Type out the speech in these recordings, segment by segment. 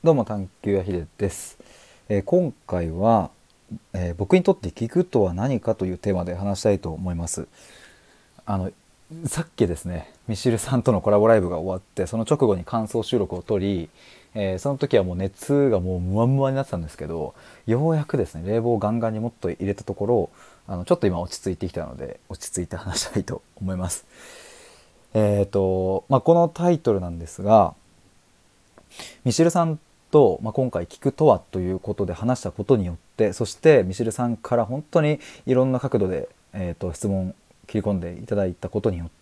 どうも探求やひでです。今回は、僕にとって聞くとは何かというテーマで話したいと思います。あのさっきですね、ミシルさんとのコラボライブが終わって、その直後に感想収録を取り、その時はもう熱がもうムワムワになってたんですけど、ようやくですね、冷房をガンガンにもっと入れたところ、ちょっと今落ち着いてきたので、落ち着いて話したいと思います。このタイトルなんですが、ミシェルさんと、今回聞くとはということで話したことによって、そしてミシェルさんから本当にいろんな角度で、質問切り込んでいただいたことによって、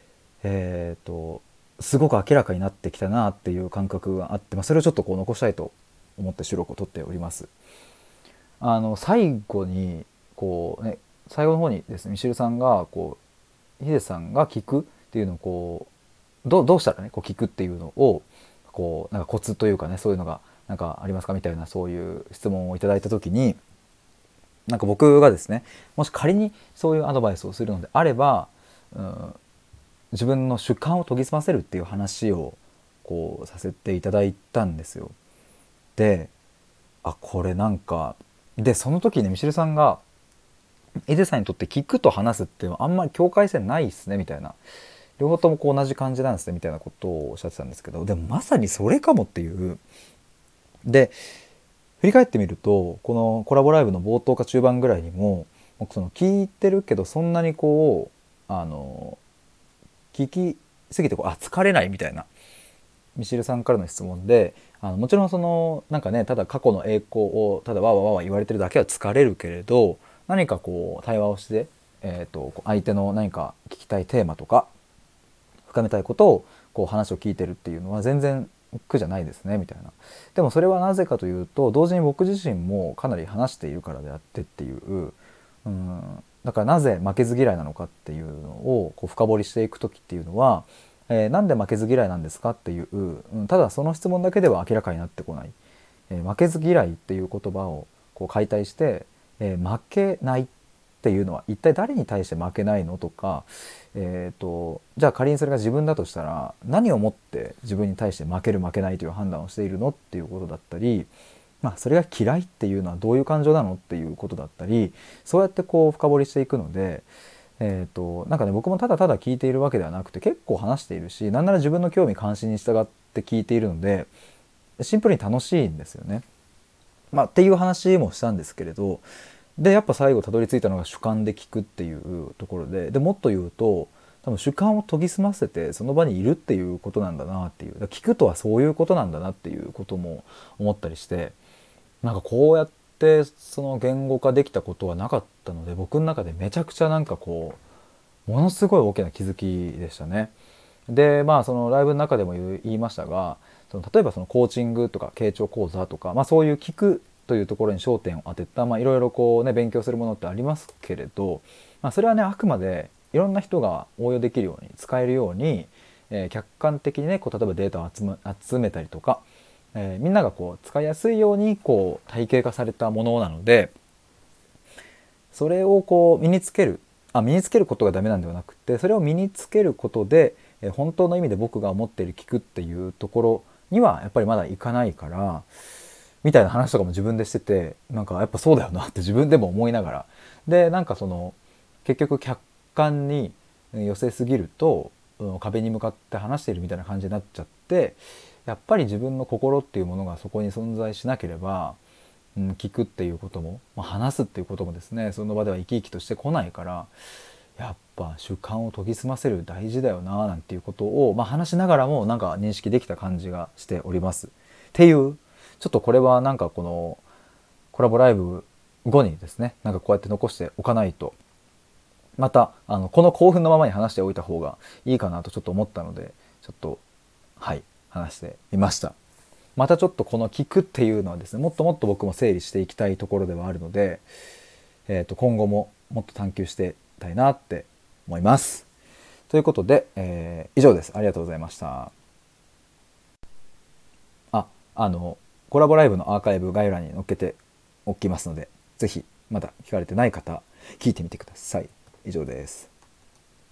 すごく明らかになってきたなっていう感覚があって、それをちょっとこう残したいと思って収録を取っております。最後にこうね、最後の方にですね、ミシェルさんがこうヒデさんが聞くっていうのをこうどうしたらねこう聞くっていうのをこうなんかコツというかね、そういうのがなんかありますかみたいな、そういう質問をいただいた時に、なんか僕がですね、もし仮にそういうアドバイスをするのであれば、うん、自分の主観を研ぎ澄ませるっていう話をこうさせていただいたんですよ。で、これなんか、でその時にミシルさんがエデさんにとって聞くと話すっていうのはあんまり境界線ないっすねみたいな、両方ともこう同じ感じなんですねみたいなことをおっしゃってたんですけど、でもまさにそれかもっていう。で振り返ってみると、このコラボライブの冒頭か中盤ぐらいにも、僕その聞いてるけどそんなにこう聞きすぎてこう疲れないみたいなミシルさんからの質問で、もちろんそのなんかね、ただ過去の栄光をただわーわーわーわー言われてるだけは疲れるけれど、何かこう対話をして、相手の何か聞きたいテーマとか深めたいことをこう話を聞いてるっていうのは全然苦じゃないですねみたいな。でもそれはなぜかというと、同時に僕自身もかなり話しているからであってっていう、だからなぜ負けず嫌いなのかっていうのをこう深掘りしていく時っていうのは、なんで負けず嫌いなんですかっていう、ただその質問だけでは明らかになってこない、負けず嫌いっていう言葉をこう解体して、負けないっていうのは一体誰に対して負けないのとか、じゃあ仮にそれが自分だとしたら何をもって自分に対して負ける負けないという判断をしているのっていうことだったり、それが嫌いっていうのはどういう感情なのっていうことだったり、そうやってこう深掘りしていくので、なんかね、僕もただただ聞いているわけではなくて結構話しているし、なんなら自分の興味関心に従って聞いているのでシンプルに楽しいんですよね。っていう話もしたんですけれど、でやっぱ最後たどり着いたのが主観で聞くっていうところで、もっと言うと多分主観を研ぎ澄ませてその場にいるっていうことなんだなっていう、だから聞くとはそういうことなんだなっていうことも思ったりして、なんかこうやってその言語化できたことはなかったので、僕の中でめちゃくちゃなんかこうものすごい大きな気づきでしたね。でそのライブの中でも言いましたが、その例えばそのコーチングとか傾聴講座とか、そういう聞くというところに焦点を当てた、いろいろこうね勉強するものってありますけれど、それはねあくまでいろんな人が応用できるように使えるように、客観的にねこう例えばデータを集めたりとか、みんながこう使いやすいようにこう体系化されたものなので、それをこう身につけることがダメなんではなくて、それを身につけることで、本当の意味で僕が思っている聞くっていうところにはやっぱりまだいかないからみたいな話とかも自分でしてて、なんかやっぱそうだよなって自分でも思いながら、でなんかその結局客観に寄せすぎると、壁に向かって話しているみたいな感じになっちゃって、やっぱり自分の心っていうものがそこに存在しなければ、聞くっていうことも、話すっていうこともですね、その場では生き生きとしてこないから、やっぱ主観を研ぎ澄ませる大事だよななんていうことを、話しながらもなんか認識できた感じがしておりますっていう。ちょっとこれはなんかこのコラボライブ後にですね、なんかこうやって残しておかないと、またこの興奮のままに話しておいた方がいいかなとちょっと思ったので、ちょっと話してみました。またちょっとこの聞くっていうのはですね、もっともっと僕も整理していきたいところではあるので、今後ももっと探求していきたいなって思います。ということで、以上です。ありがとうございました。ああのコラボライブのアーカイブ概要欄に載っけておきますので、ぜひまだ聞かれてない方聞いてみてください。以上です。